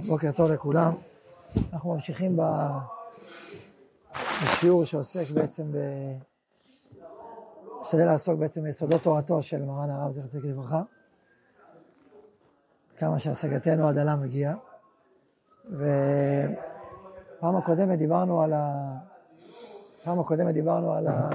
בוקר טוב לכולם. אנחנו ממשיכים בשיעור שעוסק בעצם משתדל לעסוק בעצם ביסודות תורתו של מרן הרב זכר צדיק לברכה. כמה שהשגתנו עד הלם מגיע. ופעם הקודמת דיברנו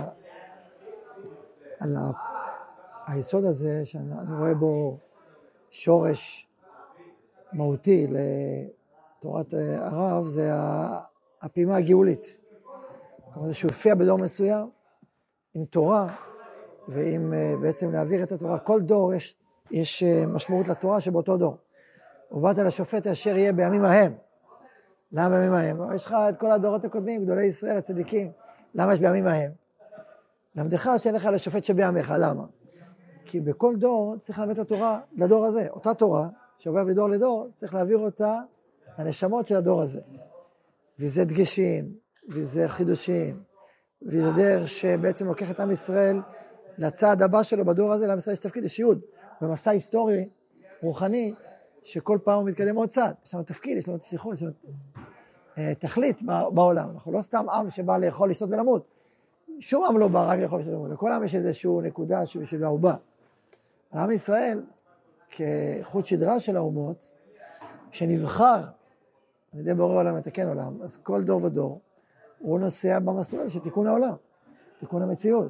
על היסוד הזה שאני רואה בו שורש מהותי לתורת הרב, זה הפעימה הגאולית. כלומר, זה שהופיע בדור מסוים עם תורה, ועם בעצם להעביר את התורה. כל דור יש משמעות לתורה שבאותו דור. ובאת לשופט אשר יהיה בימים ההם. למה בימים ההם? יש לך את כל הדורות הקודמים, גדולי ישראל, הצדיקים. למה יש בימים ההם? למדך שאין לך לשופט שבימיך. למה? כי בכל דור צריך להביא את התורה לדור הזה. אותה תורה שעובר מדור לדור, צריך להעביר אותה לנשמות של הדור הזה. וזה דגשים, וזה חידושים, וזה דרך שבעצם לוקח את עם ישראל לצעד הבא שלו בדור הזה. לעם ישראל יש תפקיד, יש ייעוד. במסע היסטורי, רוחני, שכל פעם הוא מתקדם עוד צעד. יש לנו תפקיד, יש לנו שליחות, יש לנו תכלית בעולם. אנחנו לא סתם עם שבא לאכול, לשתות ולמות. שום עם לא בא רק לאכול, לשתות ולמות. לכל עם יש איזשהו נקודה שבשבילה הוא בא. עם ישראל, כחוט שדרה של האומות, שנבחר על ידי בורא עולם לתקן עולם, אז כל דור ודור הוא נוסע במסלול הזה של תיקון העולם, תיקון המציאות.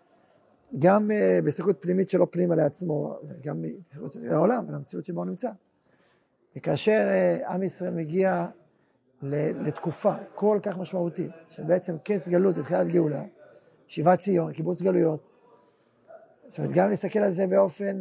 גם בהסתכלות פנימית שלו פנימה לעצמו, גם בהסתכלות של העולם ולמציאות שבו הוא נמצא. וכאשר עם ישראל מגיע לתקופה כל כך משמעותית, שבעצם קץ גלות ותחילת גאולה, שיבת ציון, קיבוץ גלויות, זאת אומרת, גם להסתכל על זה באופן,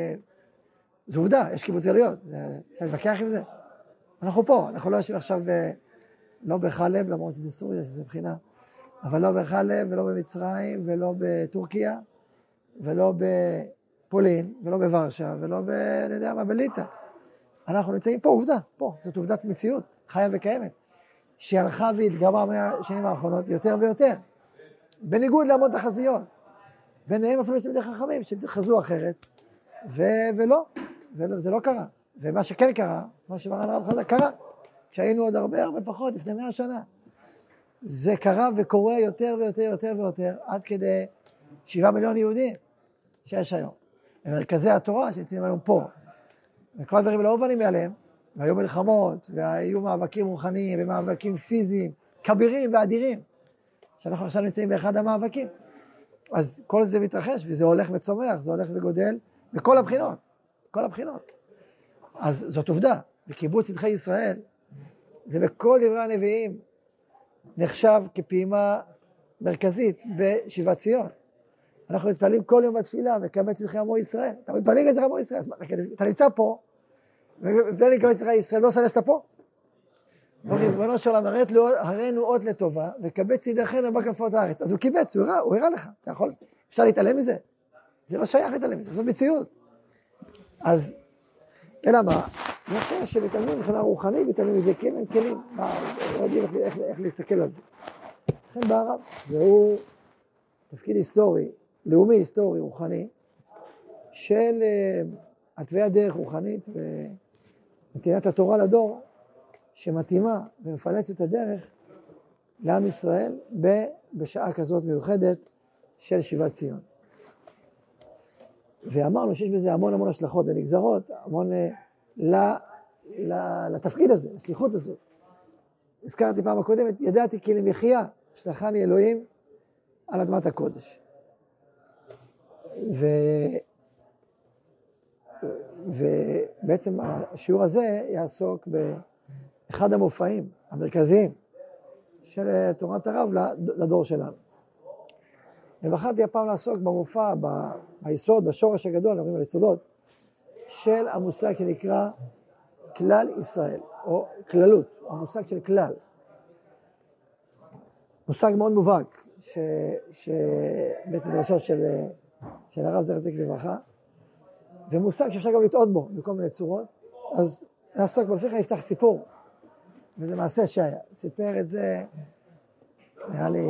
זו עובדה, יש קיבוץ גלויות, להתווכח עם זה. אנחנו פה, אנחנו לא יושבים עכשיו, לא בחלב, למרות שזה סוריה, שזה בחינה, אבל לא בחלב, ולא במצרים, ולא בטורקיה, ולא בפולין, ולא בוורשה, ולא אני יודע מה, בליטא. אנחנו נמצאים פה, עובדה, פה, זאת עובדת מציאות, חיה וקיימת, שהלכה והתגברה מהשנים האחרונות יותר ויותר, בניגוד להמון תחזיות. ביניהם אפילו יש תלמידי חכמים שחזו אחרת, זה לא קרה. ומה שכן קרה, מה שמרן הרב חזק קרה, כשהיינו עוד הרבה פחות, לפני 100 שנה. זה קרה וקורה יותר ויותר, עד כדי 7 מיליון יהודים שיש היום. ומרכזי התורה שנמצאים היום פה. וכל הדברים לא הובנים מעליהם, והיו מלחמות, והיו מאבקים רוחניים, ומאבקים פיזיים, כבירים ואדירים, שאנחנו עכשיו נמצאים באחד המאבקים. אז כל זה מתרחש, וזה הולך וצומח, זה הולך וגודל, בכל הבחינות, כל הבחינות. אז זאת עובדה, בקיבוץ צדקי ישראל, זה בכל דברי הנביאים, נחשב כפעימה מרכזית בשיבת ציון. אנחנו מתפעלים כל יום בתפילה, וקבל צדקי עמו ישראל. אתה מתפעלים את זה עמו ישראל, אתה נמצא פה, ובלי לקבל צדקי ישראל, לא עושה שאתה פה. ריבונו של עולם, הראינו אות לטובה, וקבץ צדכנו בכנפות הארץ. אז הוא קיבץ, הוא הראה לך. אתה יכול, אפשר להתעלם מזה? זה לא שייך להתעלם מזה, זאת מציאות. אז, אלא מה? יש כאלה שמתעלמים מבחינה רוחנית, מתעלמים מזה, כן, הם כלים. לא יודעים איך להסתכל על זה. לכן בערב, זהו תפקיד היסטורי, לאומי היסטורי, רוחני, של התוויית דרך רוחנית, ונתינת התורה לדור, שמתאימה ומפלצת את הדרך לעם ישראל בשעה כזאת מיוחדת של שיבת ציון. ואמרנו שיש בזה המון השלכות ונגזרות, המון לתפקיד הזה, לשליחות הזאת. הזכרתי פעם הקודמת, ידעתי כי למחיה שלחני אלוהים על אדמת הקודש. ובעצם השיעור הזה יעסוק אחד המופעים המרכזיים של תורת הרב לדור שלנו. ובחרתי הפעם לעסוק במופע, ביסוד, בשורש הגדול, אנחנו אומרים על יסודות, של המושג שנקרא כלל ישראל, או כללות, המושג של כלל. מושג מאוד מובהק, שבית מדרשו של הרב זכר צדיק לברכה, ומושג שאפשר גם לטעות בו בכל מיני צורות, אז נעסוק בלפיך, נפתח סיפור. וזה מעשה שהיה, סיפר את זה, נראה לי,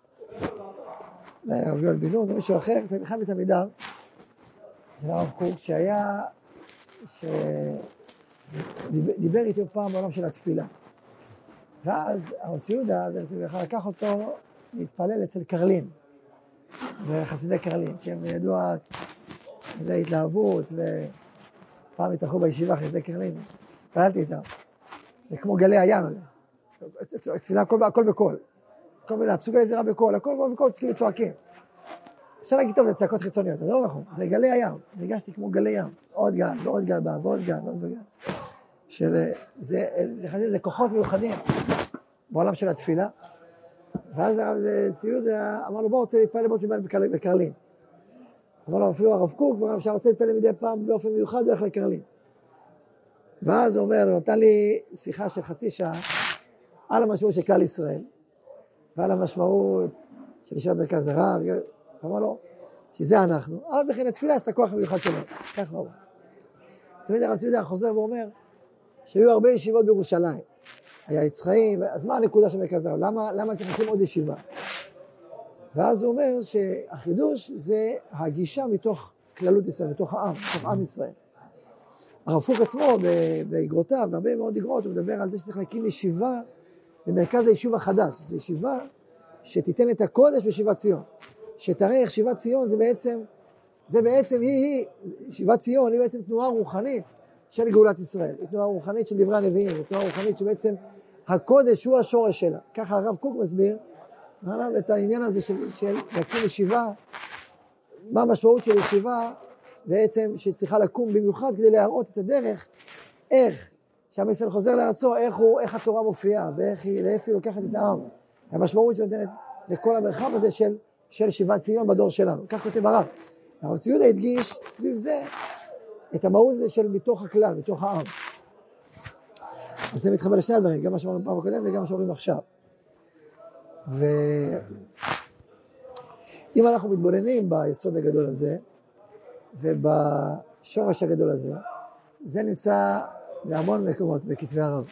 הרב יואל בן נון, או מישהו אחר, אחד מתלמידיו, הרב קוק, שהיה, דיבר איתי פעם בעולם של התפילה. ואז הרב צבי יהודה, לקח אותו להתפלל אצל קרלין, וחסידי קרלין, כי הם ידוע להתלהבות, ופעם התארחו בישיבה חסידי קרלין, התפללתי איתם. זה כמו גלי הים, תפילה הכל בקול, כל מילה, פסוקי עזרה בקול, הכל בקול, כאילו צועקים. אפשר להגיד טוב, זה צעקות חיצוניות, זה לא נכון, זה גלי הים, הרגשתי כמו גלי ים, עוד גל, ועוד גל בא, ועוד גל, ועוד גל. זה כוחות מיוחדים בעולם של התפילה. ואז הרב צבי יהודה אמר לו, בוא רוצה להתפלל בקרלין. אמר לו, אפילו הרב קוק, רוצה להתפלל מדי פעם באופן מיוחד, הולך לקרלין. ואז הוא אומר, נתן לי שיחה של חצי שעה, על המשמעות של כלל ישראל, ועל המשמעות של ישיבת מרכז הרב, אמר לו, שזה אנחנו, אבל בכן התפילה יש את הכוח המיוחד שלו, ככה הוא. תמיד הרב צבי יהודה חוזר ואומר, שהיו הרבה ישיבות בירושלים, היה יצחאים, אז מה הנקודה של מרכז הרב? למה צריך להקים עוד ישיבה? ואז הוא אומר שהחידוש זה הגישה מתוך כללות ישראל, מתוך העם, מתוך עם ישראל. הרב קוק עצמו באגרותיו, בהרבה מאוד אגרות, הוא מדבר על זה שצריך להקים ישיבה במרכז היישוב החדש, זו ישיבה שתיתן את הקודש בשיבת ציון, שתראה איך שיבת ציון זה בעצם שיבת ציון היא בעצם תנועה רוחנית של גאולת ישראל, היא תנועה רוחנית של דברי הנביאים, היא תנועה רוחנית שבעצם הקודש הוא השורש שלה. ככה הרב קוק מסביר את העניין הזה של להקים ישיבה, מה המשמעות של ישיבה בעצם שצריכה לקום במיוחד כדי להראות את הדרך, איך שעם ישראל חוזר לארצו, איך התורה מופיעה ואיך היא לוקחת את העם. המשמעות שנותנת לכל המרחב הזה של שיבת ציון בדור שלנו. כך כותב הרב. הרב צבי יהודה הדגיש סביב זה את המהות הזה של מתוך הכלל, מתוך העם. אז זה מתחבר לשני הדברים, גם מה שאמרנו פעם הקודם וגם מה שאומרים עכשיו. ואם אנחנו מתבוננים ביסוד הגדול הזה, ובשורש הגדול הזה, זה נמצא בהמון מקומות בכתבי הרב.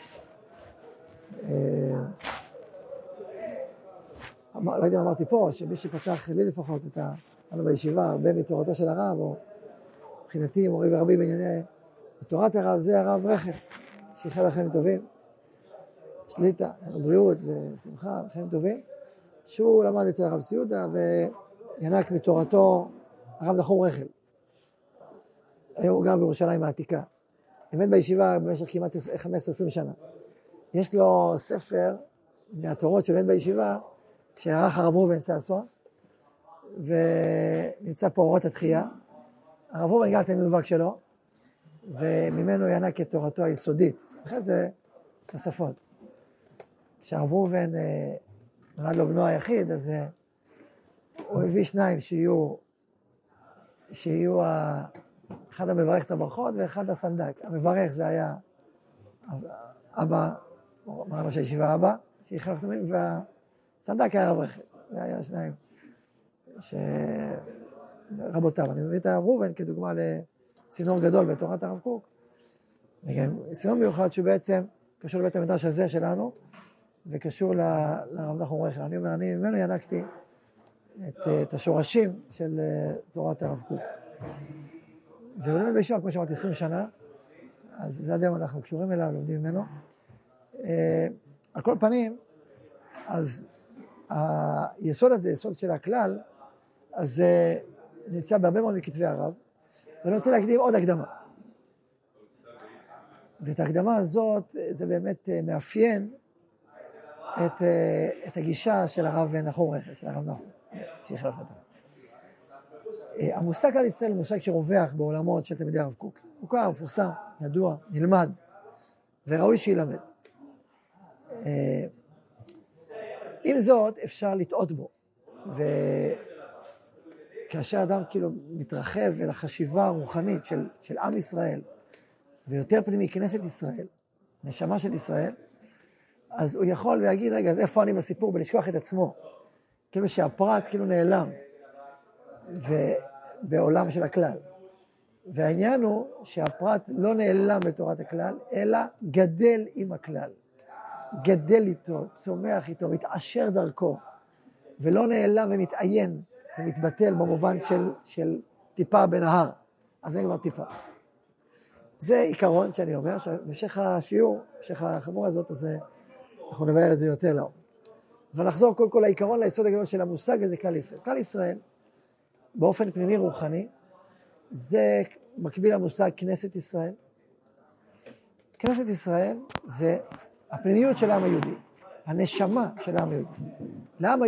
לא יודע, אמרתי פה, שמי שפתח לי לפחות לנו בישיבה, הרבה מתורתו של הרב, או מבחינתי מורי ורבי בענייני תורת הרב, זה הרב רכב, שיחל לכם טובים, שליטה, בריאות ושמחה, לכם טובים, שהוא למד אצל הרב צבי יהודה וינק מתורתו הרב נחום רכב. היום הוא גר בירושלים העתיקה. לימד בישיבה במשך כמעט 15-20 שנה. יש לו ספר מהתורות של לימד בישיבה, שערך הרב ראובן ששון, ונמצא פה אורות התחייה. הרב ראובן גר את המלווק שלו, וממנו ינק את תורתו היסודית. אחרי זה נוספות. כשהרב ראובן נולד לו בנו היחיד, אז הוא הביא שניים שיהיו אחד המברך את הברכות ואחד הסנדק. המברך זה היה אבא, אמרנו שהישיבה אבא, שיחלף תמיד, והסנדק היה רב רכב. זה היה שניים רבותיו. אני מביא את הרב ראובן כדוגמה לצינור גדול בתורת הרב קוק, וגם צינור מיוחד שהוא בעצם קשור לבית המדרש הזה שלנו, וקשור לרב נחום רכב. אני אומר, אני ממנו ינקתי את השורשים של תורת הרב קוק. ולומד בישיבה, כמו שאמרתי, 20 שנה, אז זה עד היום אנחנו קשורים אליו, לומדים ממנו. על כל פנים, אז היסוד הזה, היסוד של הכלל, אז זה נמצא בהרבה מאוד מכתבי הרב, ואני רוצה להקדים עוד הקדמה. ואת ההקדמה הזאת, זה באמת מאפיין את הגישה של הרב נחום רכב, של הרב נחום, שיחלף אותה. המושג על ישראל הוא מושג שרווח בעולמות של תלמידי הרב קוק. הוא כבר מפורסם, ידוע, נלמד, וראוי שילמד. עם זאת, אפשר לטעות בו. וכאשר אדם כאילו מתרחב אל החשיבה הרוחנית של עם ישראל, ויותר פנימי כנסת ישראל, נשמה של ישראל, אז הוא יכול להגיד, רגע, אז איפה אני בסיפור, ולשכוח את עצמו. כאילו שהפרט כאילו נעלם. ובעולם של הכלל. והעניין הוא שהפרט לא נעלם בתורת הכלל, אלא גדל עם הכלל. גדל איתו, צומח איתו, מתעשר דרכו, ולא נעלם ומתעיין ומתבטל במובן של טיפה בנהר. אז זה כבר טיפה. זה עיקרון שאני אומר, שבמשך השיעור, במשך החמור הזאת, אז אנחנו נבהר את זה יותר לעומק. אבל נחזור קודם כל לעיקרון, ליסוד הגדול של המושג הזה, כלל ישראל. כלל ישראל, באופן פנימי רוחני, זה מקביל למושג כנסת ישראל. כנסת ישראל זה הפנימיות של העם היהודי, הנשמה של העם היהודי. לעם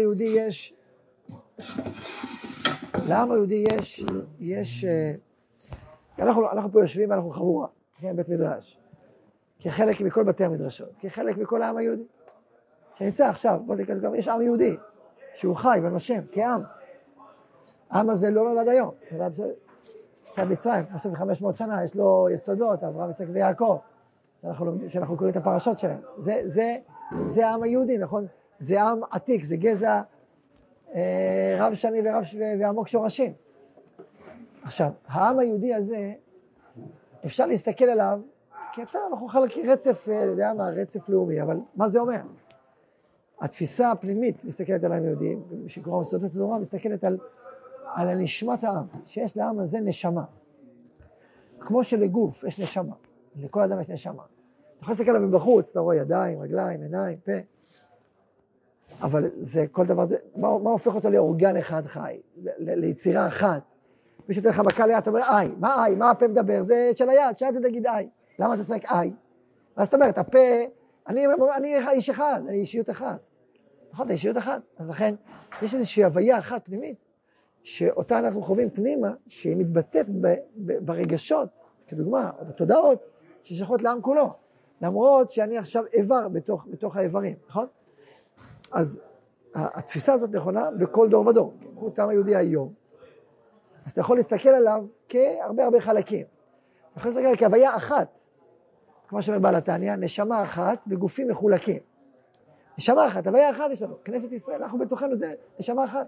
היהודי יש אנחנו פה יושבים ואנחנו חבורה, כן, בית מדרש, כחלק מכל בתי המדרשות, כחלק מכל העם היהודי. שנמצא עכשיו, יש עם יהודי, שהוא חי ונושם, כעם. העם הזה לא נולד היום, נולד צד מצרים, 500 שנה, יש לו יסודות, אברהם, יצחק ויעקב, שאנחנו קוראים את הפרשות שלהם. זה העם היהודי, נכון? זה עם עתיק, זה גזע רב שני ועמוק שורשים. עכשיו, העם היהודי הזה, אפשר להסתכל עליו, כי אפשר, אנחנו חלק רצף, יודע מה, רצף לאומי, אבל מה זה אומר? התפיסה הפנימית מסתכלת על העם היהודי, שקוראים מסודות התורה, מסתכלת על הנשמת העם, שיש לעם הזה נשמה. כמו שלגוף יש נשמה, לכל אדם יש נשמה. אתה יכול להסתכל עליו מבחוץ, אתה רואה ידיים, רגליים, עיניים, פה. אבל זה, כל דבר זה, מה הופך אותו לאורגן אחד חי, ליצירה אחת? מי שתהיה לך מכה ליד, אתה אומר, מה מה הפה מדבר? זה של היד, שאתה תגיד למה אתה צועק מה זאת אומרת, הפה, אני איש אחד, אני אישיות אחת. נכון, אתה אישיות אחת. אז לכן, יש איזושהי הוויה אחת פנימית, שאותה אנחנו חווים פנימה, שהיא מתבטאת ברגשות, כדוגמה, או בתודעות, ששייכות לעם כולו. למרות שאני עכשיו איבר בתוך האיברים, נכון? אז התפיסה הזאת נכונה בכל דור ודור. קחו את העם היהודי היום. אז אתה יכול להסתכל עליו כהרבה חלקים. אתה יכול להסתכל עליו כהוויה אחת, כמו שאומר בעל התניא, נשמה אחת בגופים מחולקים. נשמה אחת, הוויה אחת יש לנו. כנסת ישראל, אנחנו בתוכנו, זה נשמה אחת.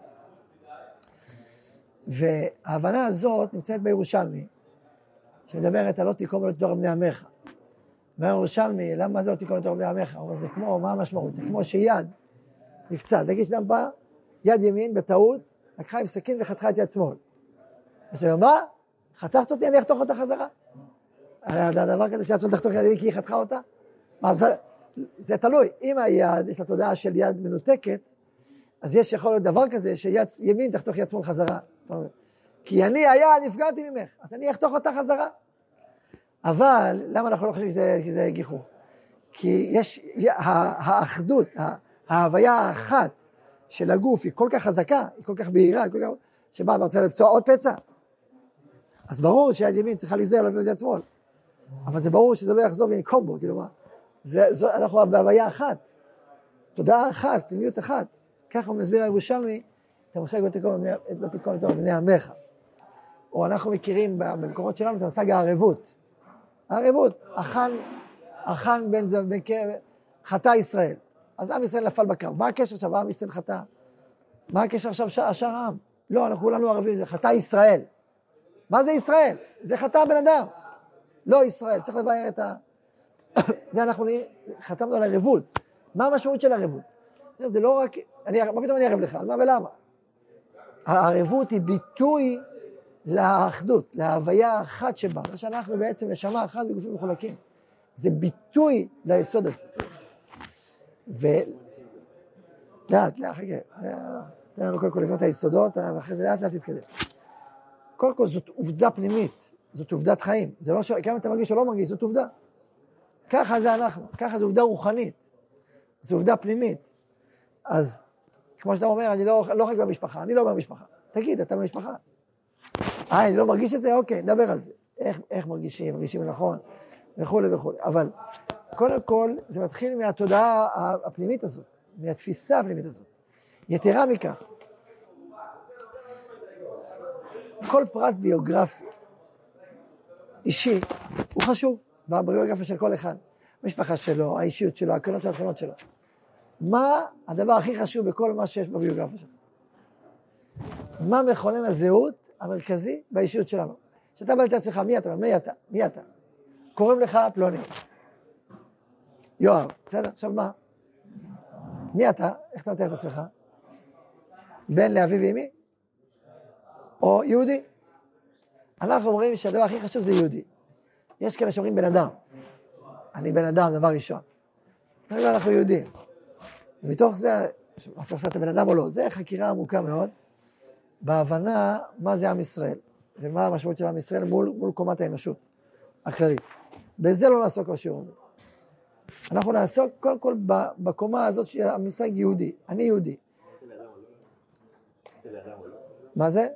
וההבנה הזאת נמצאת בירושלמי, שמדברת על לא תיקום ולא תדור בני עמך. בירושלמי, למה זה לא תיקום ולא תדור בני עמך? זה כמו, מה המשמעות? זה כמו שיד נפצע. תגיד שאדם בא, יד ימין בטעות, לקחה עם סכין וחתכה את יד שמאל. אז הוא אומר, מה? חתכת אותי, אני אחתוך אותה חזרה. הדבר כזה שיד שמאל תחתוך יד ימין כי היא חתכה אותה? זה תלוי. אם היד, יש לה תודעה של יד מנותקת, אז יש יכול להיות דבר כזה שיד ימין תחתוך יד שמאל חזרה. כי אני היד נפגעתי ממך, אז אני אחתוך אותה חזרה. אבל למה אנחנו לא חושבים שזה גיחוך? כי יש האחדות, ההוויה האחת של הגוף היא כל כך חזקה, היא כל כך בהירה, שבא ורצה לפצוע עוד פצע. אז ברור שיד ימין צריכה להיזהר להביא את יד שמאל. אבל זה ברור שזה לא יחזור וינקום בו, כאילו מה? אנחנו בהוויה אחת, תודעה אחת, פנימיות אחת. ככה הוא מסביר הירושלמי את המושג לא תיקום לתורה בני עמך. או אנחנו מכירים במקומות שלנו את המושג הערבות. הערבות, החן בין חטא ישראל. אז עם ישראל נפל בקרב. מה הקשר עכשיו? עם ישראל חטא. מה הקשר עכשיו שאר העם? לא, אנחנו כולנו ערבים, זה חטא ישראל. מה זה ישראל? זה חטא בן אדם. לא ישראל, צריך לבאר את זה אנחנו חתמנו על הערבות. מה המשמעות של הערבות? זה לא רק, מה פתאום אני אערב לך? על מה ולמה? הערבות היא ביטוי לאחדות, להוויה האחת שבה. מה שאנחנו בעצם נשמה אחת בגופים מחולקים. זה ביטוי ליסוד הזה. לאט, חכה. תן לנו קודם כל לבנות את היסודות, ואחרי זה לאט תתקדם. קודם כל זאת עובדה פנימית, זאת עובדת חיים. זה לא כמה אתה מרגיש או לא מרגיש, זאת עובדה. ככה זה אנחנו, ככה זה עובדה רוחנית. זו עובדה פנימית. אז כמו שאתה אומר, אני לא רק במשפחה, אני לא במשפחה. תגיד, אתה במשפחה. אני לא מרגיש את זה? אוקיי, נדבר על זה. איך מרגישים נכון, וכו'. אבל קודם כל, זה מתחיל מהתודעה הפנימית הזאת, מהתפיסה הפנימית הזאת. יתרה מכך, כל פרט ביוגרפי, אישי, הוא חשוב, בביוגרפיה של כל אחד. המשפחה שלו, האישיות שלו, הקונות של התכונות שלו. מה הדבר הכי חשוב בכל מה שיש בביוגרפיה שלו? מה מכונן הזהות המרכזי באישיות שלנו? כשאתה בא לעצמך, מי אתה? קוראים לך פלוני. יואב, בסדר? עכשיו מה? מי אתה? איך אתה מתאר את עצמך? בן לאבי ואמי? או יהודי? אנחנו אומרים שהדבר הכי חשוב זה יהודי. יש כאלה שאומרים בן אדם. אני בן אדם, דבר ראשון. אנחנו יהודים. ומתוך זה, אתה עושה את הבן אדם או לא, זה חקירה עמוקה מאוד, בהבנה מה זה עם ישראל, ומה המשמעות של עם ישראל מול קומת האנושות הכללית. בזה לא נעסוק בשיעור הזה. אנחנו נעסוק קודם כל בקומה הזאת של המושג יהודי. אני יהודי. מה זה?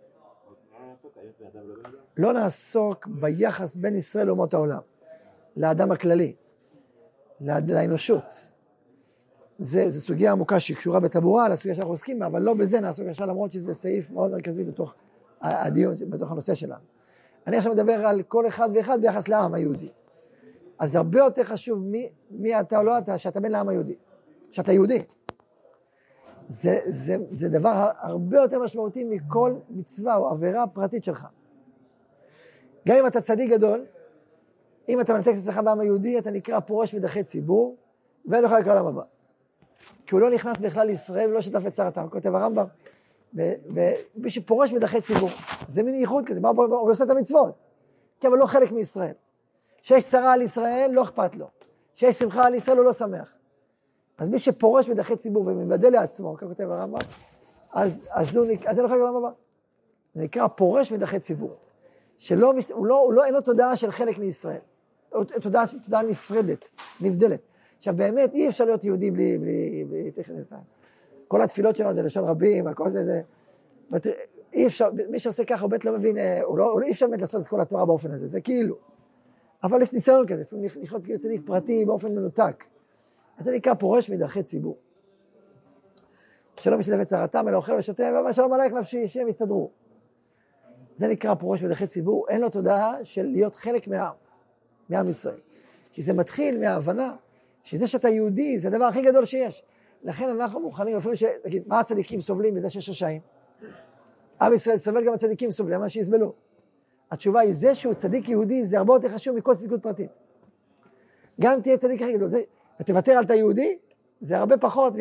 לא נעסוק ביחס בין ישראל לאומות העולם, לאדם הכללי, לאנושות. זה סוגיה עמוקה שקשורה בטבורה, לסוגיה שאנחנו עוסקים בה, אבל לא בזה נעסוק עכשיו, למרות שזה סעיף מאוד מרכזי בתוך הדיון, בתוך הנושא שלנו. אני עכשיו מדבר על כל אחד ואחד ביחס לעם היהודי. אז הרבה יותר חשוב מי אתה או לא אתה, שאתה בן לעם היהודי, שאתה יהודי. זה דבר הרבה יותר משמעותי מכל מצווה או עבירה פרטית שלך. גם אם אתה צדיק גדול, אם אתה מנתק אצלך בעם היהודי, אתה נקרא פורש מדחי ציבור, ואין לך לקרוא לעם הבא. כי הוא לא נכנס בכלל לישראל ולא שתף את שר הטעם, כותב הרמב"ם, ומי שפורש מדחי ציבור, זה מין ייחוד כזה, הוא עושה את המצוות, כי אבל לא חלק מישראל. שיש צרה על ישראל, לא אכפת לו. שיש שמחה על ישראל, הוא לא שמח. אז מי שפורש מדחי ציבור ומבדל לעצמו, כך כותב הרמב"ם, אז אין לך לעם הבא. זה נקרא פורש מדחי ציבור. אין לו תודעה של חלק מישראל. תודעה נפרדת, נבדלת. עכשיו באמת אי אפשר להיות יהודי בלי תכנס. כל התפילות שלנו זה לשון רבים, הכל זה, אי אפשר, מי שעושה ככה הוא בית לא מבין, אי אפשר באמת לעשות את כל התורה באופן הזה, זה כאילו. אבל יש ניסיון כזה, לחיות כאילו צדיק פרטי באופן מנותק. אז זה נקרא פורש מדרכי ציבור. שלא משתף את צרתם, אלא אוכל ושותה, ואומר שלום עלייך נפשי, שהם יסתדרו. זה נקרא פורש מדרכי ציבור, אין לו תודעה של להיות חלק מעם ישראל. כי זה מתחיל מההבנה, שזה שאתה יהודי, זה הדבר הכי גדול שיש. לכן אנחנו מוכנים, אפילו נגיד, מה הצדיקים סובלים בזה שיש רשעים? עם ישראל סובל, גם הצדיקים סובלים, מה שיסבלו. התשובה היא זה שהוא צדיק יהודי, זה הרבה יותר חשוב מכל צדיקות פרטית. גם תהיה צדיק הכי גדול, ותוותר על אתה יהודי, זה הרבה פחות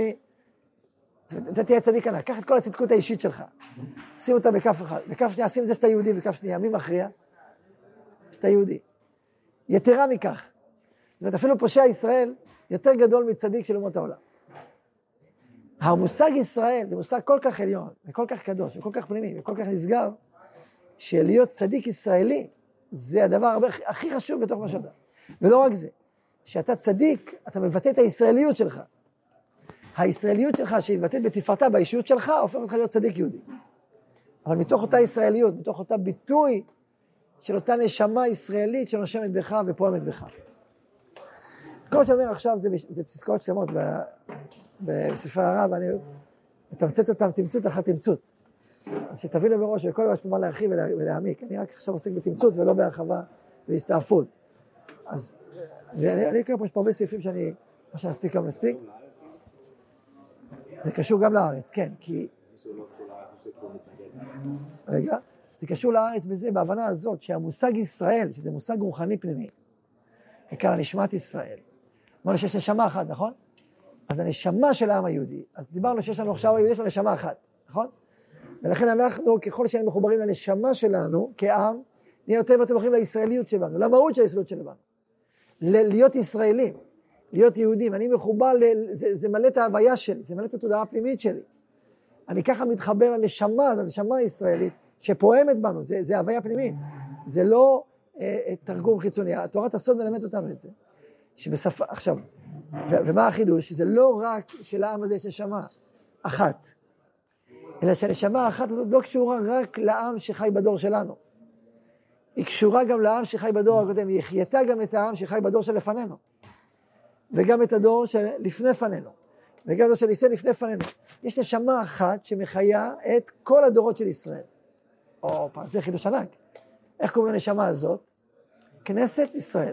אתה תהיה צדיק ענק. קח את כל הצדיקות האישית שלך, שים אותה בכף אחד, בכף שנייה, שים את זה שאתה יהודי, בכף שנייה, מי מכריע? שאתה יהודי. יתרה מכך, זאת אומרת, אפילו פושע ישראל יותר גדול מצדיק של אומות העולם. המושג ישראל זה מושג כל כך עליון, וכל כך קדוש, וכל כך פנימי, וכל כך נשגב, שלהיות צדיק ישראלי, זה הדבר הכי חשוב בתוך מה שאתה. ולא רק זה, שאתה צדיק, אתה מבטא את הישראליות שלך. הישראליות שלך שהיא מבטאת בתפארתה באישיות שלך, הופך אותך להיות צדיק יהודי. אבל מתוך אותה ישראליות, מתוך אותה ביטוי של אותה נשמה ישראלית שנושמת בך ופועמת בך. כמו שאומר עכשיו, זה פסקאות שלמות בספרי הרב, ואני מתמצת אותם תמצות אחת תמצות. אז שתבינו בראש, וכל דבר שפה מה להרחיב ולהעמיק. אני רק עכשיו עוסק בתמצות ולא בהרחבה והסתעפות. אז אני אקרא פה, יש פה הרבה סעיפים מה שנספיק גם נספיק. זה קשור גם לארץ, כן, כי... רגע, זה קשור לארץ בזה, בהבנה הזאת שהמושג ישראל, שזה מושג רוחני פנימי, נקרא נשמת ישראל. אמרנו שיש נשמה אחת, נכון? אז הנשמה של העם היהודי, אז דיברנו שיש לנו עכשיו היהודי, יש לנו נשמה אחת, נכון? ולכן אנחנו, ככל שהיינו מחוברים לנשמה שלנו, כעם, נהיה יותר ויותר מחוברים לישראליות שלנו, למהות של הישראליות שלנו. להיות ישראלים, להיות יהודים, אני מחובר, זה מלא את ההוויה שלי, זה מלא את התודעה הפנימית שלי. אני ככה מתחבר לנשמה, זו נשמה הישראלית, שפועמת בנו, זה הוויה פנימית. זה לא תרגום חיצוני, תורת הסוד מלמד אותנו את זה. שבשפה, עכשיו, ומה החידוש? שזה לא רק שלעם הזה יש נשמה אחת, אלא שהנשמה האחת הזאת לא קשורה רק לעם שחי בדור שלנו. היא קשורה גם לעם שחי בדור הקודם, היא החייתה גם את העם שחי בדור שלפנינו, וגם את הדור שלפני פנינו, וגם הדור שלפני פנינו. יש נשמה אחת שמחיה את כל הדורות של ישראל. זה חידוש ענק. איך קוראים לנשמה הזאת? כנסת ישראל.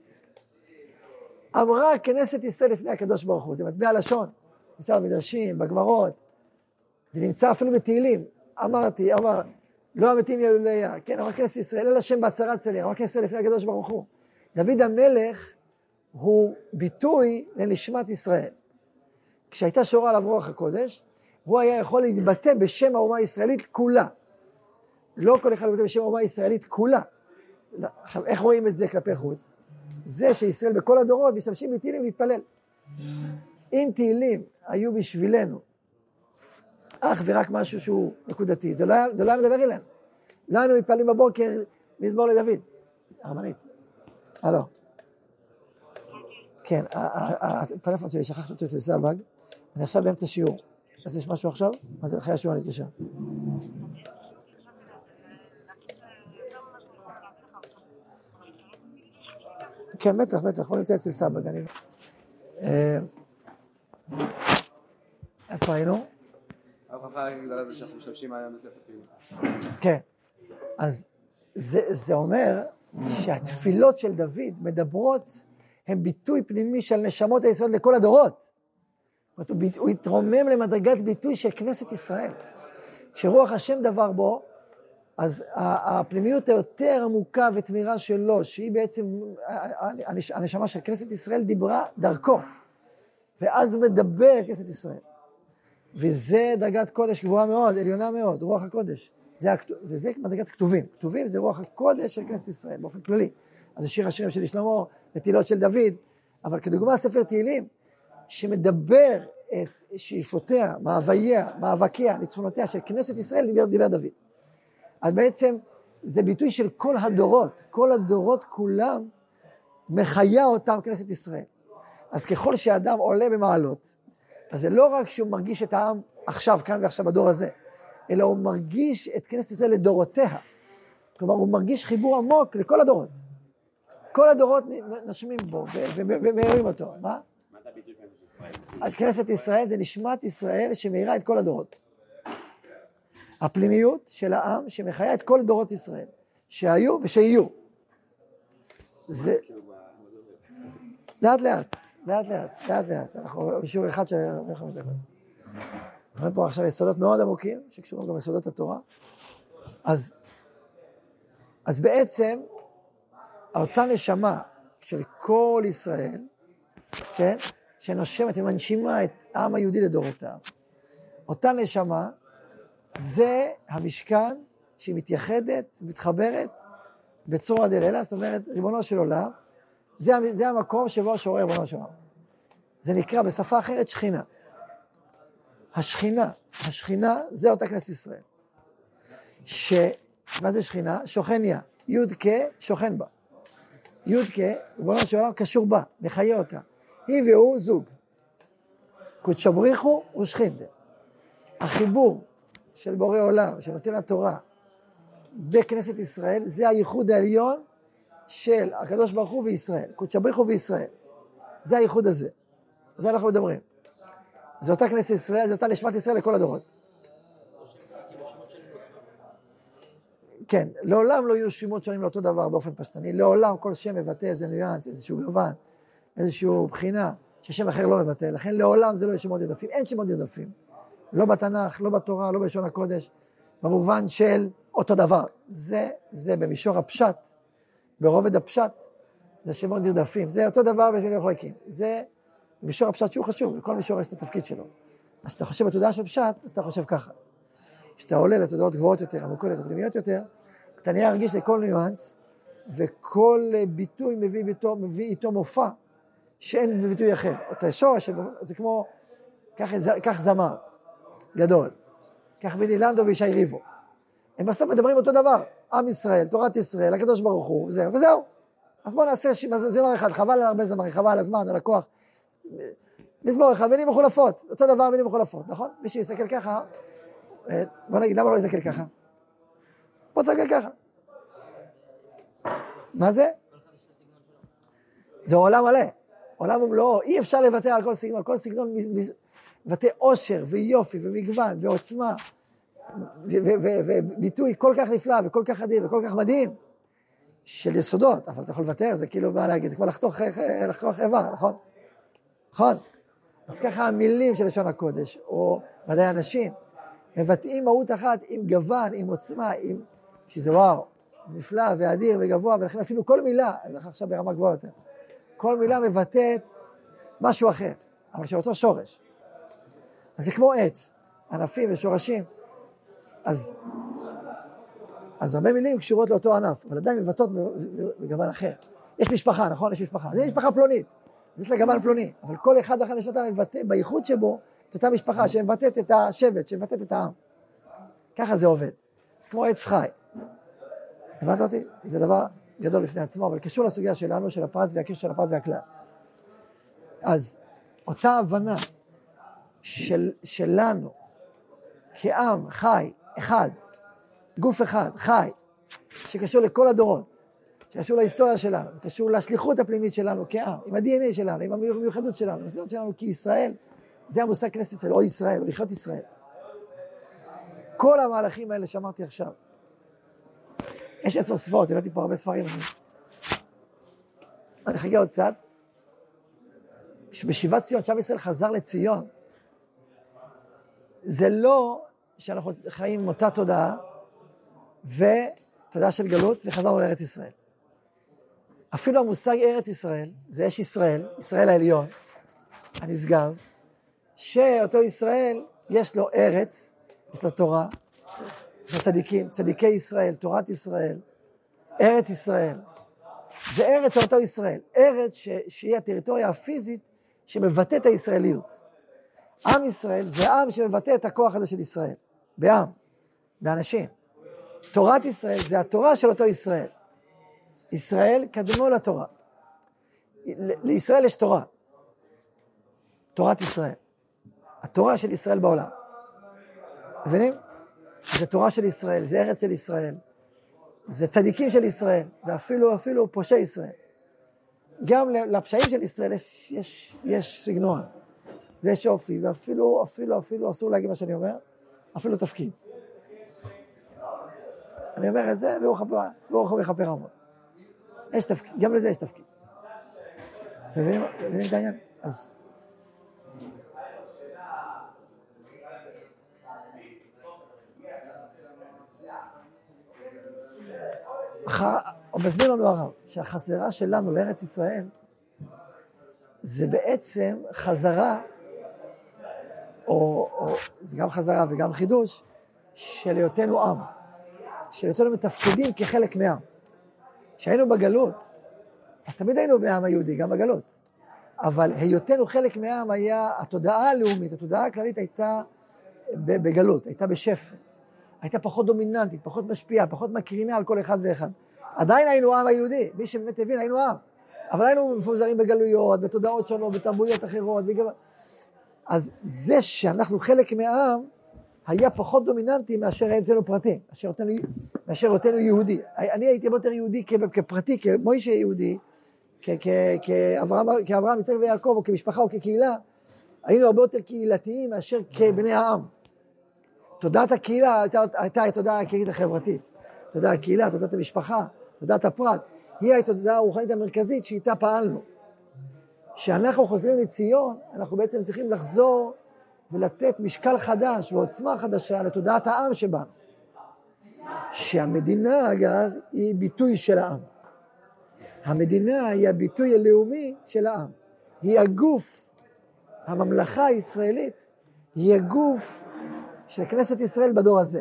אמרה כנסת ישראל לפני הקדוש ברוך הוא, זה מטבע לשון, נמצא במדרשים, בגמרות, זה נמצא אפילו בתהילים. אמר, לא המתים ילוליה, כן, אמר כנסת ישראל, אל השם בהצהרת צליה, אמר כנסת ישראל לפני הקדוש ברוך הוא. דוד המלך הוא ביטוי לנשמת ישראל. כשהייתה שורה עליו רוח הקודש, הוא היה יכול להתבטא בשם האומה הישראלית כולה. לא כל אחד להתבטא בשם האומה הישראלית כולה. עכשיו, איך רואים את זה כלפי חוץ? זה שישראל בכל הדורות משתמשים בתהילים להתפלל. אם תהילים היו בשבילנו אך ורק משהו שהוא נקודתי, זה לא היה מדבר אלינו. לא היינו מתפללים בבוקר מזמור לדוד. הרבנית. הלו. כן, הפלאפון שלי, שכחתי אותו אצל סבג. אני עכשיו באמצע שיעור. אז יש משהו עכשיו? אחרי השיעור אני אתקשר. כן, בטח, הוא נמצא אצל סבג. איפה היינו? ההוכחה הגדולה זה שאנחנו משתמשים היום בספר תהילים. כן, אז זה אומר שהתפילות של דוד מדברות, הם ביטוי פנימי של נשמות היסוד לכל הדורות. הוא התרומם למדרגת ביטוי של כנסת ישראל. כשרוח השם דבר בו, אז הפנימיות היותר עמוקה ותמירה שלו, שהיא בעצם, הנשמה של כנסת ישראל דיברה דרכו. ואז הוא מדבר כנסת ישראל. וזה דרגת קודש גבוהה מאוד, עליונה מאוד, רוח הקודש. וזה מדרגת כתובים. כתובים זה רוח הקודש של כנסת ישראל, באופן כללי. אז זה שיר השירים של שלמה, נטילות של דוד, אבל כדוגמה ספר תהילים, שמדבר את שאיפותיה, מאבקיה, ניצחונותיה של כנסת ישראל, דיבר דוד. אז בעצם זה ביטוי של כל הדורות כולם מחיה אותם כנסת ישראל. אז ככל שאדם עולה במעלות, אז זה לא רק שהוא מרגיש את העם עכשיו, כאן ועכשיו בדור הזה, אלא הוא מרגיש את כנסת ישראל לדורותיה. כלומר, הוא מרגיש חיבור עמוק לכל הדורות. כל הדורות נשמים בו ומאירים אותו. מה? מה זה הביטוי כנסת ישראל? כנסת ישראל זה נשמת ישראל שמאירה את כל הדורות. הפנימיות של העם שמחיה את כל דורות ישראל, שהיו ושיהיו. זה לאט לאט. אנחנו בשיעור אחד של 45 דקות. אנחנו פה עכשיו יסודות מאוד עמוקים, שקשורים גם יסודות התורה. אז בעצם, אותה נשמה של כל ישראל, כן, שנושמת ומנשימה את העם היהודי לדורותיו, אותה נשמה, זה המשכן שהיא מתייחדת, מתחברת בצורה דלילה, זאת אומרת, ריבונו של עולם, זה המקום שבו שורה ריבונו של עולם. זה נקרא בשפה אחרת שכינה. השכינה זה אותה כנסת ישראל. מה זה שכינה? שוכניה. י' שוכן בה. י' ריבונו של עולם קשור בה, מחיה אותה. היא והוא זוג. קודש בריחו ושכינדה. החיבור של בורא עולם, שנותן התורה, בכנסת ישראל, זה הייחוד העליון של הקדוש ברוך הוא וישראל, קודש בריחו וישראל. זה הייחוד הזה. זה אנחנו מדברים. זה אותה כנסת ישראל, זה אותה נשמת ישראל לכל הדורות. כן, לעולם לא יהיו שמות שונים לאותו דבר באופן פשטני, לעולם כל שם מבטא איזה ניואנס, איזשהו גוון, איזשהו בחינה, ששם אחר לא מבטא, לכן לעולם זה לא יהיו שמות נרדפים, אין שמות נרדפים. לא בתנ"ך, לא בתורה, לא בלשון הקודש, במובן של אותו דבר. זה במישור הפשט, ברובד הפשט, זה שמות נרדפים. זה אותו דבר בשביל מחלקים. זה במישור הפשט שהוא חשוב, לכל מישור יש את התפקיד שלו. אז כשאתה חושב בתודעה של פשט, אז אתה חושב ככה. כשאתה עולה לתודעות גבוהות יותר, עמוקות יותר, פנימיות יותר, אתה נהיה רגיש לכל ניואנס, וכל ביטוי מביא איתו מופע, שאין ביטוי אחר. אותה שורש, זה כמו, כך זמר. גדול. כך בני לנדו וישי ריבו. הם בסוף מדברים אותו דבר. עם ישראל, תורת ישראל, הקדוש ברוך הוא, וזהו. אז בואו נעשה זמר אחד, חבל על הרבה זמרים, חבל על הזמן, על הכוח. מזמור אחד, מילים מחולפות. אותו דבר מילים מחולפות, נכון? מי שיסתכל ככה, בוא נגיד, למה לא יסתכל ככה? בוא תסתכל ככה. מה זה? זה עולם מלא. עולם ומלואו. אי אפשר לבטא על כל סגנון. כל סגנון מבטא עושר ויופי ומגוון ועוצמה וביטוי כל כך נפלא וכל כך אדיר וכל כך מדהים של יסודות, אבל אתה יכול לוותר, זה כאילו מה להגיד, זה כמו לחתוך איבר, נכון? נכון? אז ככה המילים של לשון הקודש, או מדעי אנשים, מבטאים מהות אחת עם גוון, עם עוצמה, שזה וואו, נפלא ואדיר וגבוה, ולכן אפילו כל מילה, אני הולך עכשיו ברמה גבוהה יותר, כל מילה מבטאת משהו אחר, אבל של אותו שורש. אז זה כמו עץ, ענפים ושורשים. אז אז הרבה מילים קשורות לאותו ענף, אבל עדיין מבטאות בגוון אחר. יש משפחה, נכון? יש משפחה. זה משפחה פלונית, יש לה גוון פלוני, אבל כל אחד אחר משפטה מבטא בייחוד שבו את אותה משפחה שמבטאת את השבט, שמבטאת את העם. ככה זה עובד. כמו עץ חי. הבנת אותי? זה דבר גדול לפני עצמו, אבל קשור לסוגיה שלנו, של הפרט והקשר של הפרט והכלל. אז אותה הבנה שלנו כעם חי, אחד, גוף אחד, חי, שקשור לכל הדורות, שקשור להיסטוריה שלנו, קשור לשליחות הפנימית שלנו כעם, עם ה-DNA שלנו, עם המיוחדות שלנו, המסיעות שלנו כישראל, זה המושג כנסת ישראל, או ישראל, או לחיות ישראל. כל המהלכים האלה שאמרתי עכשיו, יש עצמו ספרות, הבאתי פה הרבה ספרים, אני חכה עוד קצת, שבשיבת ציון, שעם ישראל חזר לציון, זה לא שאנחנו חיים עם אותה תודעה, ותודעה של גלות, וחזרנו לארץ ישראל. אפילו המושג ארץ ישראל, זה יש ישראל, ישראל העליון, הנשגב, שאותו ישראל יש לו ארץ, יש לו תורה, יש לו צדיקים, צדיקי ישראל, תורת ישראל, ארץ ישראל. זה ארץ אותו ישראל, ארץ שהיא הטריטוריה הפיזית שמבטא את הישראליות. עם ישראל זה עם שמבטא את הכוח הזה של ישראל, בעם, באנשים. תורת ישראל זה התורה של אותו ישראל. ישראל קדמו לתורה. לישראל יש תורה. תורת ישראל. התורה של ישראל בעולם. מבינים? זה תורה של ישראל, זה ארץ של ישראל. זה צדיקים של ישראל, ואפילו פושעי ישראל. גם לפשעים של ישראל יש סגנון, ויש אופי, ואפילו אסור להגיד מה שאני אומר, אפילו תפקיד. אני אומר את זה, והוא מחפר המון. יש תפקיד, גם לזה יש תפקיד. מבינים את העניין? אז הוא מסביר לנו הרב, שהחזרה שלנו לארץ ישראל, זה בעצם חזרה, או זה גם חזרה וגם חידוש, של היותנו עם, של היותנו מתפקדים כחלק מהעם. שהיינו בגלות, אז תמיד היינו בעם היהודי, גם בגלות. אבל היותנו חלק מהעם היה, התודעה הלאומית, התודעה הכללית הייתה בגלות, הייתה בשפל. הייתה פחות דומיננטית, פחות משפיעה, פחות מקרינה על כל אחד ואחד. עדיין היינו עם היהודי, מי שבאמת הבין, היינו עם. אבל היינו מפוזרים בגלויות, בתודעות שונות, בתרבויות אחרות. אז זה שאנחנו חלק מהעם, היה פחות דומיננטי מאשר היותנו פרטי, מאשר היותנו יהודי. אני הייתי יותר יהודי כפרטי, כמוישה יהודי, כאברהם, יצחק ויעקב, או כמשפחה או כקהילה, היינו הרבה יותר קהילתיים מאשר כבני העם. תודעת הקהילה הייתה התודעה העיקרית החברתית. תודעת הקהילה, תודעת המשפחה, תודעת הפרט, היא התודעה הרוחנית המרכזית שאיתה פעלנו. כשאנחנו חוזרים לציון, אנחנו בעצם צריכים לחזור ולתת משקל חדש ועוצמה חדשה לתודעת העם שבנו. שהמדינה, אגב, היא ביטוי של העם. המדינה היא הביטוי הלאומי של העם. היא הגוף, הממלכה הישראלית, היא הגוף של כנסת ישראל בדור הזה.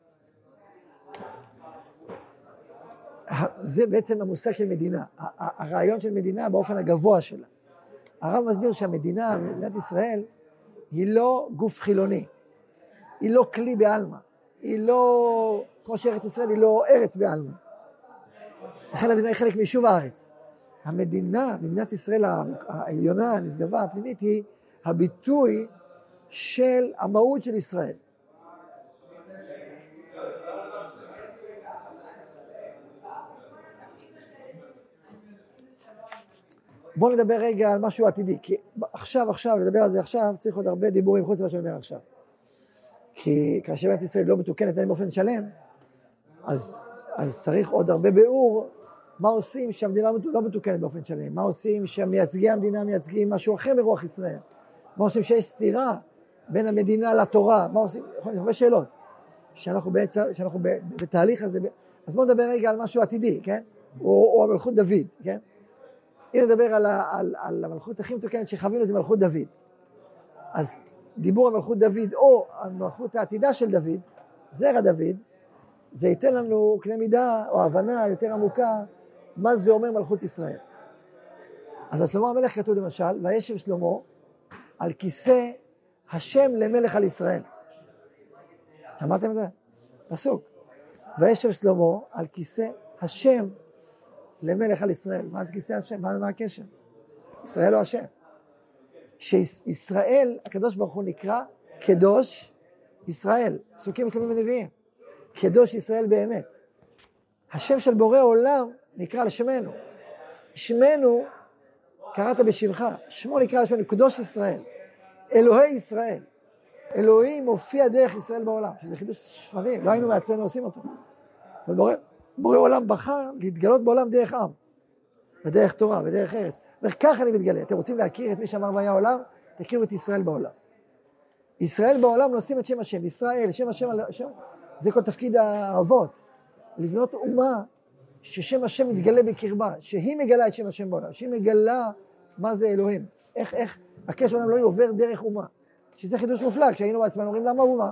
זה בעצם המושג של מדינה, הרעיון של מדינה באופן הגבוה שלה. הרב מסביר שהמדינה, מדינת ישראל, היא לא גוף חילוני, היא לא כלי בעלמא, היא לא, כמו שארץ ישראל, היא לא ארץ בעלמא. לכן המדינה היא חלק מיישוב הארץ. המדינה, מדינת ישראל העליונה, הנשגבה, הפנימית, היא הביטוי של המהות של ישראל. בואו נדבר רגע על משהו עתידי, כי עכשיו, לדבר על זה עכשיו, צריך עוד הרבה דיבורים חוץ ממה שאני אומר עכשיו. כי כאשר מדינת ישראל לא מתוקנת באופן שלם, אז צריך עוד הרבה ביאור, מה עושים שהמדינה לא מתוקנת באופן שלם, מה עושים שהמייצגי המדינה מייצגים משהו אחר ברוח ישראל, מה עושים שיש סתירה בין המדינה לתורה, מה עושים, הרבה שאלות, שאנחנו בתהליך הזה, אז בואו נדבר רגע על משהו עתידי, כן? או המלכות דוד, כן? אם נדבר על המלכות הכי מתוקנת שחווינו, זה מלכות דוד. אז דיבור על מלכות דוד, או על מלכות העתידה של דוד, זרע דוד, זה ייתן לנו קנה מידה או הבנה יותר עמוקה, מה זה אומר מלכות ישראל. אז על שלמה המלך כתוב למשל, וישב שלמה על כיסא השם למלך על ישראל. שמעתם את זה? פסוק. וישב שלמה על כיסא השם למלך על ישראל. מה זה כיסא השם? מה הקשר? ישראל לא השם. שישראל, הקדוש ברוך הוא נקרא קדוש ישראל. פסוקים שלמים ונביאים. קדוש ישראל באמת. השם של בורא עולם נקרא לשמנו. שמנו קראת בשמך. שמו נקרא לשמנו קדוש ישראל. אלוהי ישראל. אלוהים מופיע דרך ישראל בעולם. שזה חידוש מדהים. לא היינו מעצמנו עושים אותו. אבל בורא עולם בחר להתגלות בעולם דרך עם. ודרך תורה ודרך ארץ. וכך אני מתגלה. אתם רוצים להכיר את מי שאמר והיה עולם? תכירו את ישראל בעולם. ישראל בעולם נושאים את שם השם. ישראל, שם השם, זה כל תפקיד האבות. לבנות אומה ששם השם מתגלה בקרבה. שהיא מגלה את שם השם בעולם. שהיא מגלה מה זה אלוהים. איך הקשר בעולם לא עובר דרך אומה. שזה חידוש מופלא. כשהיינו בעצמנו אומרים למה אומה?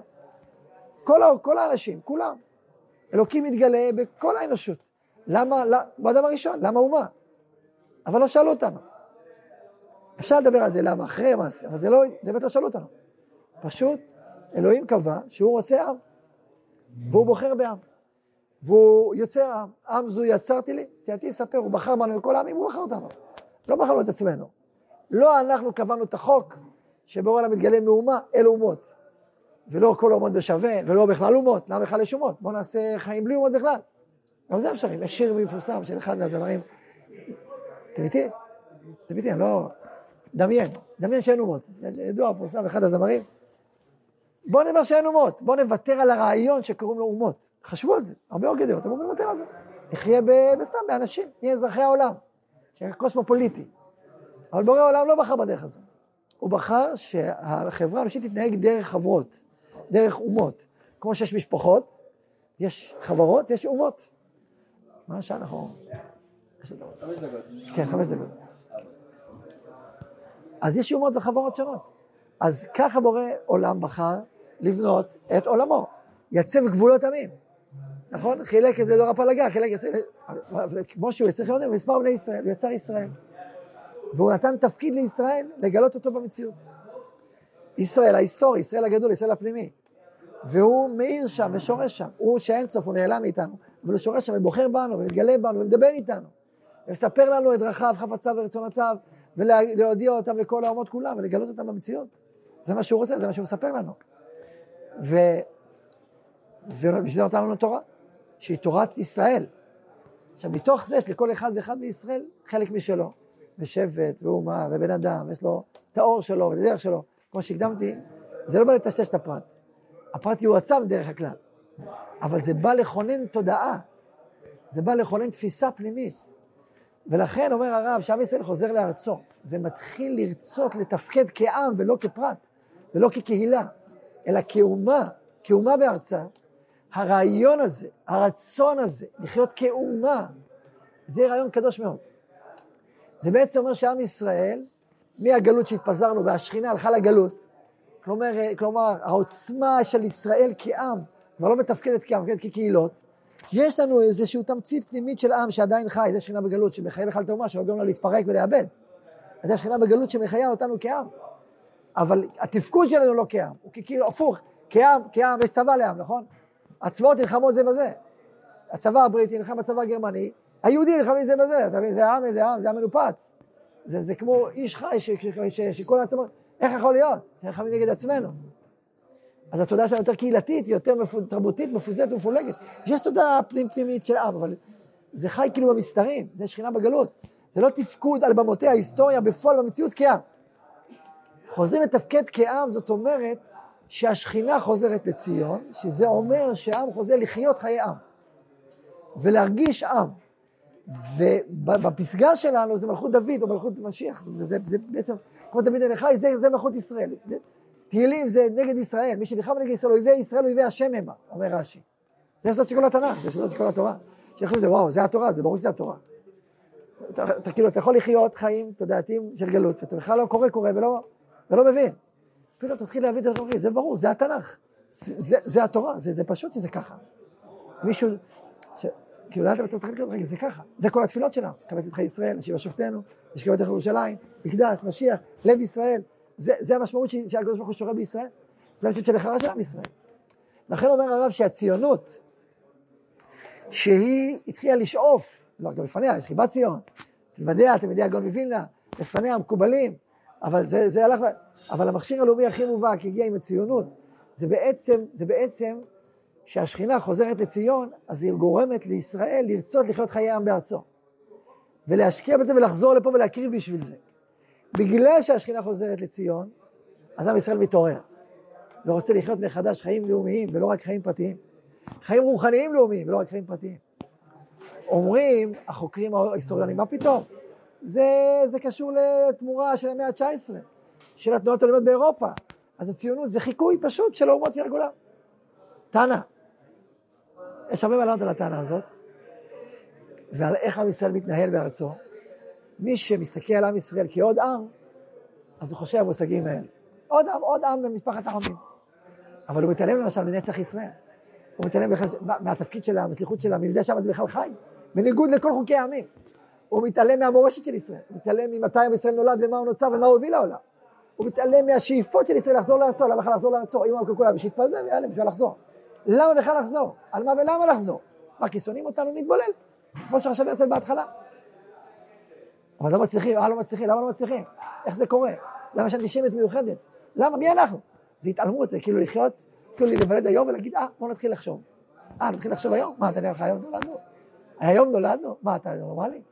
כל האנשים, כולם. אלוקים מתגלה בכל האנושות. למה? באדם הראשון, למה אומה? אבל לא שאלו אותנו. אפשר לדבר על זה, למה? אחרי מעשה, אבל זה לא, באמת לא שאלו אותנו. פשוט, אלוהים קבע שהוא רוצה עם, והוא בוחר בעם, והוא יוצר עם. עם זו יצרתי לי, תהייתי לספר, הוא בחר בנו בכל העמים, הוא בחר אותנו. לא בחרנו את עצמנו. לא אנחנו קבענו את החוק, שבורא עולם מתגלה מאומה אל אומות. ולא כל אומות בשווה, ולא בכלל אומות. למה בכלל יש אומות? בואו נעשה חיים בלי אומות בכלל. אבל זה אפשרי. יש שיר מפורסם של אחד מהזמרים. אתם איתי? אני לא... דמיין שאין אומות. ידוע, מפורסם, אחד הזמרים. בואו נדבר שאין אומות. בואו נוותר על הרעיון שקוראים לו אומות. חשבו על זה. הרבה יותר גדול. אתם אומרים לוותר על זה. נחיה בסתם, באנשים. נהיה אזרחי העולם. שיהיה קוסמופוליטי. אבל בורא העולם לא בחר בדרך הזו. הוא בחר שהחברה האנושית תתנהג דרך חברות. דרך אומות. כמו שיש משפחות, יש חברות ויש אומות. מה השעה אנחנו... 5 דקות. כן, 5 דקות. אז יש אומות וחברות שונות. אז ככה בורא עולם בחר לבנות את עולמו. יצב גבולות עמים. נכון? חילק איזה דור הפלגה, כמו שהוא יצר חילוק, מספר בני ישראל, הוא יצר ישראל. והוא נתן תפקיד לישראל לגלות אותו במציאות. ישראל ההיסטורי, ישראל הגדול, ישראל הפנימי. והוא מאיר שם ושורש שם. הוא שאין סוף, הוא נעלם מאיתנו. אבל הוא שורש שם ובוחר בנו ומתגלה בנו ומדבר איתנו. ומספר לנו את דרכיו, חפציו ורצונותיו, ולהודיע אותם לכל האומות כולם ולגלות אותם במציאות. זה מה שהוא רוצה, זה מה שהוא מספר לנו. ובשביל זה נותן לנו תורה, שהיא תורת ישראל. עכשיו, מתוך זה, שלכל אחד ואחד מישראל, חלק משלו. ושבט ואומה ובן אדם, יש לו את האור שלו ואת הדרך שלו. כמו שהקדמתי, זה לא בא לטשטש את הפרט. הפרט יועצם דרך הכלל. אבל זה בא לכונן תודעה. זה בא לכונן תפיסה פנימית. ולכן אומר הרב שעם ישראל חוזר לארצו, ומתחיל לרצות לתפקד כעם ולא כפרט, ולא כקהילה, אלא כאומה, כאומה בארצה. הרעיון הזה, הרצון הזה, לחיות כאומה, זה רעיון קדוש מאוד. זה בעצם אומר שעם ישראל, מהגלות שהתפזרנו והשכינה הלכה לגלות, כלומר, העוצמה של ישראל כעם, כבר לא מתפקדת כעם, מתפקדת כקהילות, יש לנו איזושהי תמצית פנימית של עם שעדיין חי, זה שכינה בגלות שמחיה בכלל תאומה, שלא גורם לה להתפרק ולאבד. אז זה שכינה בגלות שמחיה אותנו כעם. אבל התפקוד שלנו לא כעם, הוא כאילו הפוך, כעם, יש צבא לעם, נכון? הצבאות נלחמות זה בזה. הצבא הבריטי נלחם בצבא הגרמני, היהודי נלחמים זה בזה, זה עם, זה המנופץ. זה כמו איש חי שכל העצמות, איך יכול להיות? נלחמים נגד עצמנו. אז התודעה שלנו יותר קהילתית, יותר תרבותית, מפוזרת ומפולגת. יש תודעה פנימית של עם, אבל זה חי כאילו במסתרים, זה שכינה בגלות. זה לא תפקוד על במותי ההיסטוריה, בפועל במציאות כעם. חוזרים לתפקד כעם, זאת אומרת שהשכינה חוזרת לציון, שזה אומר שהעם חוזר לחיות חיי עם. ולהרגיש עם. ובפסגה שלנו זה מלכות דוד או מלכות משיח, זה בעצם, כמו דוד הנחי, זה מלכות ישראל. תהילים זה נגד ישראל, מי שנלחם נגד ישראל, אויבי ישראל, אויבי השם המה, אומר רש"י. זה יסוד של כל התנ"ך, זה יסוד של כל התורה. שיכולים לזה, וואו, זה התורה, זה ברור שזה התורה. אתה יכול לחיות חיים תודעתיים של גלות, ואתה בכלל לא קורא ולא מבין. פתאום אתה מתחיל להבין את הדברים, זה ברור, זה התנ"ך. זה התורה, זה פשוט שזה ככה. מישהו, כאילו, אתה מתחיל לקרוא, רגע, זה ככה, זה כל התפילות שלנו, קבץ את חיי ישראל, השיבה שופטנו, נשכב את ירושלים, מקדש, משיח, לב ישראל, זה המשמעות שהקדוש ברוך הוא שורה בישראל, זה המשמעות של החרה של עם ישראל. לכן אומר הרב שהציונות, שהיא התחילה לשאוף, לא, גם לפניה, יש חיבת ציון, תלמדיה, תלמדי הגאון מווילנה, לפניה המקובלים, אבל זה הלך, אבל המכשיר הלאומי הכי מובהק הגיע עם הציונות, זה בעצם שהשכינה חוזרת לציון, אז היא גורמת לישראל לרצות לחיות חיי העם בארצו, ולהשקיע בזה ולחזור לפה ולהקריב בשביל זה. בגלל שהשכינה חוזרת לציון, אז עם ישראל מתעורר, ורוצה לחיות מחדש חיים לאומיים, ולא רק חיים פרטיים. חיים רוחניים לאומיים, ולא רק חיים פרטיים. אומרים, החוקרים ההיסטוריונים, מה פתאום? זה קשור לתמורה של המאה ה-19, של התנועות הלאומיות באירופה. אז הציונות זה חיקוי פשוט של האומות של הגולה. טענה. יש הרבה מה לענות על הטענה הזאת, ועל איך עם ישראל מתנהל בארצו. מי שמסתכל על עם ישראל כעוד עם, אז הוא חושב המושגים האלה. עוד עם במשפחת העמים. אבל הוא מתעלם למשל מנצח ישראל. הוא מתעלם מהתפקיד שלה, מהסליחות שלה, מזה שם זה בכלל חי. בניגוד לכל חוקי העמים. הוא מתעלם מהמורשת של ישראל. הוא מתעלם ממתי עם ישראל נולד ומה הוא נוצר ומה הוא הביא לעולם. הוא מתעלם מהשאיפות של ישראל לחזור לארצו. למה בכלל לחזור לארצו? אם הוא כולם שיתפזר ויעלם בשביל לחזור. למה בכלל לחזור? על מה ולמה לחזור? מה, כי שונאים אותנו נתבולל? כמו שחשב הרצל בהתחלה. אבל לא מצליחים, למה לא מצליחים? איך זה קורה? למה יש אנטישמיות מיוחדת? למה? מי אנחנו? זה התעלמות, זה כאילו לחיות, כאילו לבלד היום ולהגיד, בוא נתחיל לחשוב. נתחיל לחשוב היום? מה, אתה נראה לך היום נולדנו? היום נולדנו? מה, אתה נורמלי?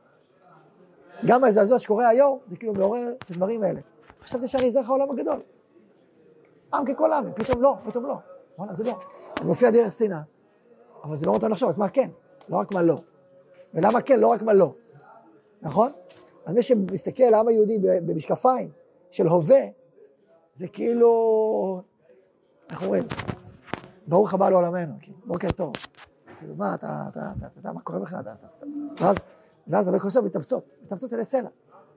גם הזעזוע שקורה היום, זה כאילו מעורר את הדברים האלה. עכשיו זה שאני אזרח העולם הגדול. עם ככל עם, פתאום לא. זה לא. זה מופיע דרך שנאה. אבל זה לא אותנו לחשוב, אז מה כן? לא רק מה לא. ולמה כן? לא רק מה לא. נכון? אז מי שמסתכל על העם היהודי במשקפיים של הווה, זה כאילו, איך אומרים? ברוך הבא לעולמנו, בוקר טוב. כאילו, מה, אתה, מה קורה בכלל? ואז הרבה חושב מתאפצות אלי סלע.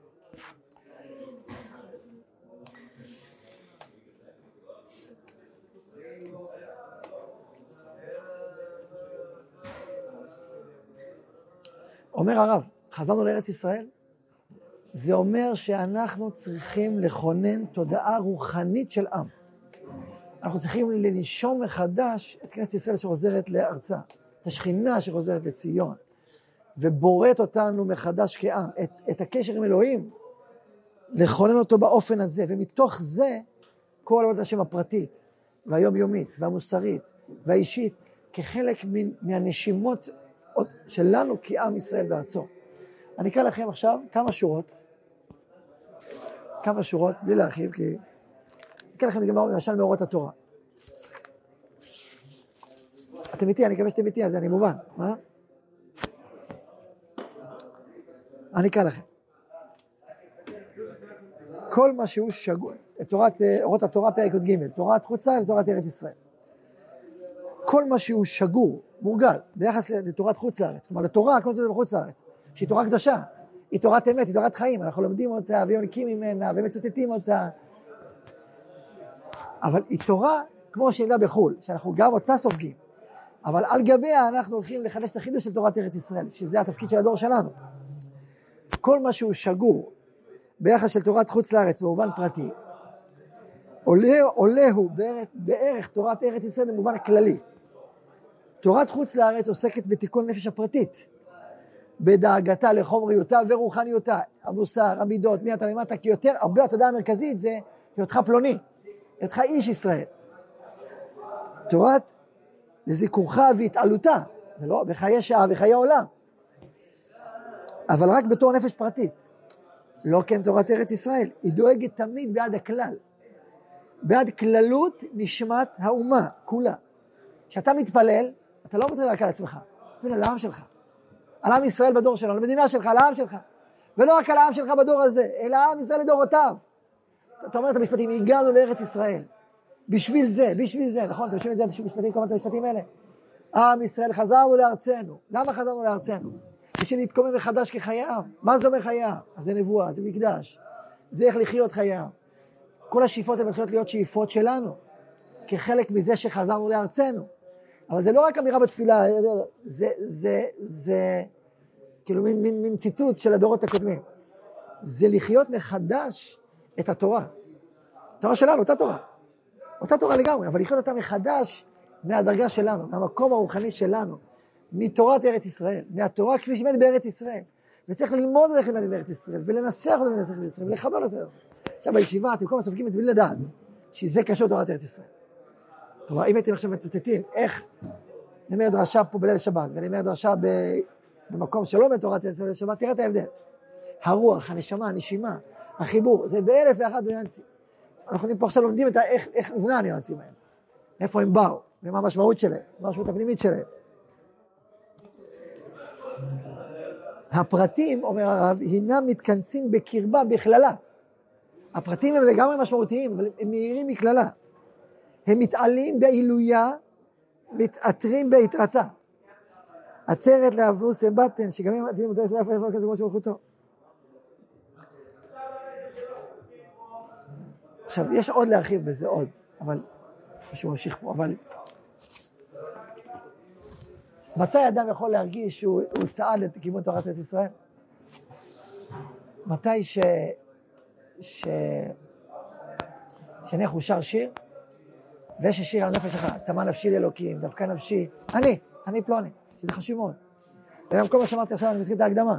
אומר הרב, חזרנו לארץ ישראל, זה אומר שאנחנו צריכים לכונן תודעה רוחנית של עם. אנחנו צריכים לנשום מחדש את כנסת ישראל שחוזרת לארצה, את השכינה שחוזרת לציון, ובורט אותנו מחדש כעם, את הקשר עם אלוהים, לכונן אותו באופן הזה, ומתוך זה כל עבודת השם הפרטית, והיומיומית, והמוסרית, והאישית, כחלק מהנשימות שלנו כעם ישראל בארצו. אני אקרא לכם עכשיו כמה שורות, בלי להרחיב, כי אני אקרא לכם למשל מאורות התורה. אתם איתי, אני מקווה שאתם איתי, אז אני מובן. מה? אני אקרא לכם. כל מה שהוא שגור, אורות התורה פרק י"ג, תורת חוץ לארץ ותורת ארץ ישראל. כל מה שהוא שגור, מורגל, ביחס לתורת חוץ לארץ, כלומר לתורה, כמו תורה בחוץ לארץ, שהיא תורה קדושה, היא תורת אמת, היא תורת חיים, אנחנו לומדים אותה ויונקים ממנה ומצטטים אותה, אבל היא תורה כמו שנדע בחול, שאנחנו גם אותה סופגים, אבל על גביה אנחנו הולכים לחדש את החידוש של תורת ארץ ישראל, שזה התפקיד של הדור שלנו. כל מה שהוא שגור ביחס של תורת חוץ לארץ במובן פרטי, עולה הוא בערך תורת ארץ ישראל במובן הכללי. תורת חוץ לארץ עוסקת בתיקון נפש הפרטית, בדאגתה לחומריותה ורוחניותה, המוסר, המידות, מי אתה ממטה, כי יותר, הרבה התודעה המרכזית זה היותך פלוני, היותך איש ישראל. תורת לזיכורך והתעלותה, זה לא בחיי שעה וחיי עולם, אבל רק בתור נפש פרטית. לא כן תורת ארץ ישראל, היא דואגת תמיד בעד הכלל, בעד כללות נשמת האומה, כולה. כשאתה מתפלל, אתה לא מתפלל רק על עצמך, מתפלל על העם שלך. על עם ישראל בדור שלנו, על המדינה שלך, על העם שלך. ולא רק על העם שלך בדור הזה, אלא העם ישראל לדורותיו. אתה אומר את המשפטים, הגענו לארץ ישראל. בשביל זה, נכון? אתם חושבים את זה, משפטים, כל את המשפטים האלה. עם ישראל, חזרנו לארצנו. למה חזרנו לארצנו? בשביל להתקומם מחדש כחיי עם. מה זה אומר חיי עם? אז זה נבואה, זה מקדש. זה איך לחיות חיי עם. כל השאיפות הן מתחילות להיות שאיפות שלנו, כחלק מזה שחזרנו לארצנו. אבל זה לא רק אמירה בתפילה, זה כאילו מין ציטוט של הדורות הקודמים. זה לחיות מחדש את התורה. התורה שלנו, אותה תורה לגמרי, אבל לחיות אותה מחדש מהדרגה שלנו, מהמקום הרוחני שלנו, מתורת ארץ ישראל, מהתורה כפי שמד בארץ ישראל. וצריך ללמוד את איך למד בארץ ישראל, ולנסח אותה בארץ ישראל, ולחבר לזה. עכשיו בישיבה, אתם כל מה סופגים את זה בלי לדעת, שזה קשור תורת ארץ ישראל. כלומר, אם הייתם עכשיו מצטטים איך נאמר דרשה פה בליל שבת, ונאמר דרשה במקום שלא מתורת ארץ ישראל בליל שבת, תראה את ההבדל. הרוח, הנשמה, הנשימה, החיבור, זה באלף ואחד ניואנסים. אנחנו פה עכשיו לומדים את איך נבנה הניואנסים האלה. איפה הם באו, ומה המשמעות שלהם, מה המשמעות הפנימית שלהם. הפרטים, אומר הרב, הינם מתכנסים בקרבה בכללה. הפרטים הם לגמרי משמעותיים, אבל הם מהירים מכללה. הם מתעלים בעילויה, מתעטרים ביתרתה. עטרת לאבוס בטן, שגם הם מתאים אותה איפה כזה כמו שבחותו. עכשיו, יש עוד להרחיב בזה עוד, אבל משהו ממשיך פה, אבל מתי אדם יכול להרגיש שהוא צעד לכיוון תורת ארץ ישראל? מתי שנניח הוא שר שיר, ויש שיר על נפש אחת, צמא נפשי לאלוקים, דווקא נפשי, אני פלוני, שזה חשוב מאוד. וגם כל מה שאמרתי עכשיו, אני מזכיר את ההקדמה.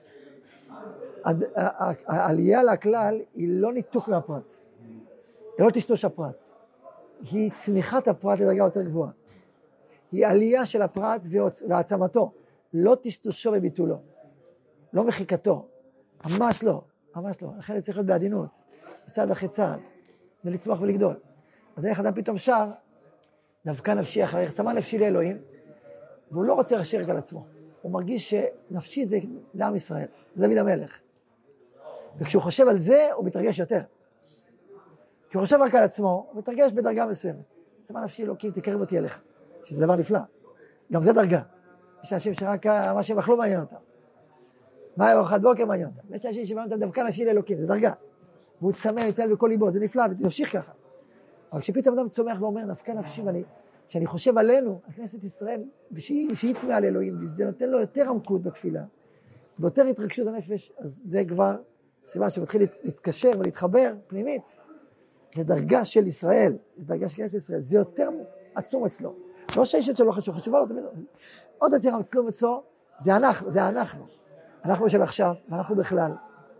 העלייה לכלל היא לא ניתוק מהפרט, היא לא טשטוש הפרט, היא צמיחת הפרט לדרגה יותר גבוהה. היא עלייה של הפרט והעצמתו, לא טשטושו וביטולו, לא מחיקתו, ממש לא. לכן צריך להיות בעדינות, בצד אחרי צעד, ולצמוח ולגדול. אז איך אדם פתאום שר, דווקא נפשי אחריך, צמא נפשי לאלוהים, והוא לא רוצה לשיר רק על עצמו. הוא מרגיש שנפשי זה עם ישראל, זה דוד המלך. וכשהוא חושב על זה, הוא מתרגש יותר. כשהוא חושב רק על עצמו, הוא מתרגש בדרגה מסוימת. צמא נפשי אלוקים, תקרב אותי אליך. שזה דבר נפלא. גם זה דרגה. יש אנשים שרק מה שהם אכלו מעניין אותם. מה היה ארוחת בוקר מעניין אותם. יש אנשים שמעניין אותם דווקא נפשי לאלוקים, זה דרגה. והוא צמא יותר בכל ליבו, זה נפלא, ותמשיך ככה. אבל כשפתאום אדם צומח ואומר, נפקה נפשי, שאני חושב עלינו, על כנסת ישראל, שהיא צמאה על אלוהים, וזה נותן לו יותר עמקות בתפילה, ויותר התרגשות הנפש, אז זה כבר סיבה שמתחיל להתקשר ולהתחבר פנימית, לדרגה של ישראל, לדרגה של כנסת ישראל, זה יותר עצום אצלו. לא שהאישת שלו חשובה לו, עוד יותר עצום אצלו, זה אנחנו של עכשיו, ואנחנו בכלל.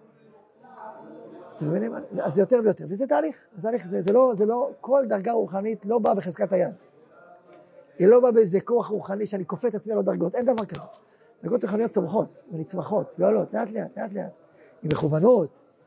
אתם מבינים? אז זה יותר ויותר, וזה תהליך, זה לא, כל דרגה רוחנית לא באה בחזקת היד. היא לא באה באיזה כוח רוחני שאני כופה את עצמי על עוד דרגות, אין דבר כזה. דרגות רוחניות צומחות ונצמחות ועולות, לאט לאט, עם מכוונות,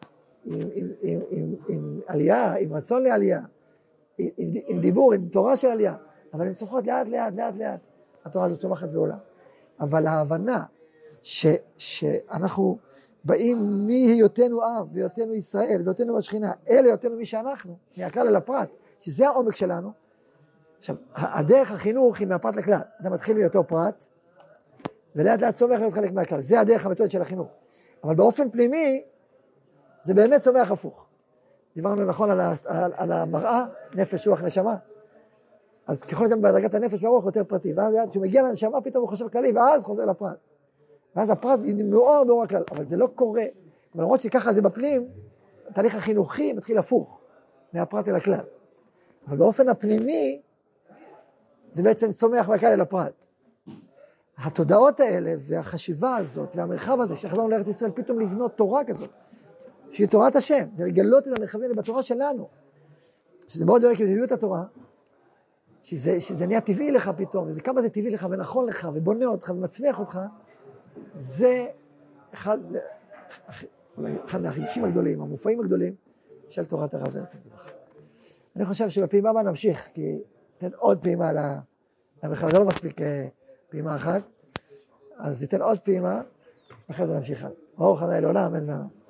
עם עלייה, עם רצון לעלייה, עם דיבור, עם תורה של עלייה, אבל הן צומחות לאט לאט, התורה הזאת צומחת ועולה. אבל ההבנה שאנחנו באים מהיותנו עם, והיותנו ישראל, והיותנו בשכינה, אלה היותנו מי שאנחנו, מהכלל אל הפרט, שזה העומק שלנו. עכשיו, הדרך החינוך היא מהפרט לכלל. אתה מתחיל מאותו פרט, ולאט לאט צומח להיות חלק מהכלל. זה הדרך המתודית של החינוך. אבל באופן פנימי, זה באמת צומח הפוך. דיברנו נכון על המראה, נפש, רוח, נשמה. אז ככל שאתם בדרגת הנפש והרוח יותר פרטי, ואז כשהוא מגיע לנשמה, פתאום הוא חושב כללי, ואז חוזר לפרט. ואז הפרט מאור הכלל, אבל זה לא קורה. למרות שככה זה בפנים, התהליך החינוכי מתחיל הפוך, מהפרט אל הכלל. אבל באופן הפנימי, זה בעצם צומח מהכלל אל הפרט. התודעות האלה, והחשיבה הזאת, והמרחב הזה, שחזרנו לארץ ישראל, פתאום לבנות תורה כזאת, שהיא תורת השם, זה לגלות את המרחבים בתורה שלנו, שזה מאוד דרך כבזביות התורה, שזה נהיה טבעי לך פתאום, וזה כמה זה טבעי לך ונכון לך, ובונה אותך ומצמיח אותך, זה אחד מהחידושים הגדולים, המופעים הגדולים, של תורת הרב זצ"ל. אני חושב שבפעימה הבאה נמשיך, כי ניתן עוד פעימה למרחב, זה לא מספיק פעימה אחת, אז ניתן עוד פעימה, אחרי זה נמשיך. ברוך ה' לעולם, אמן ואמן.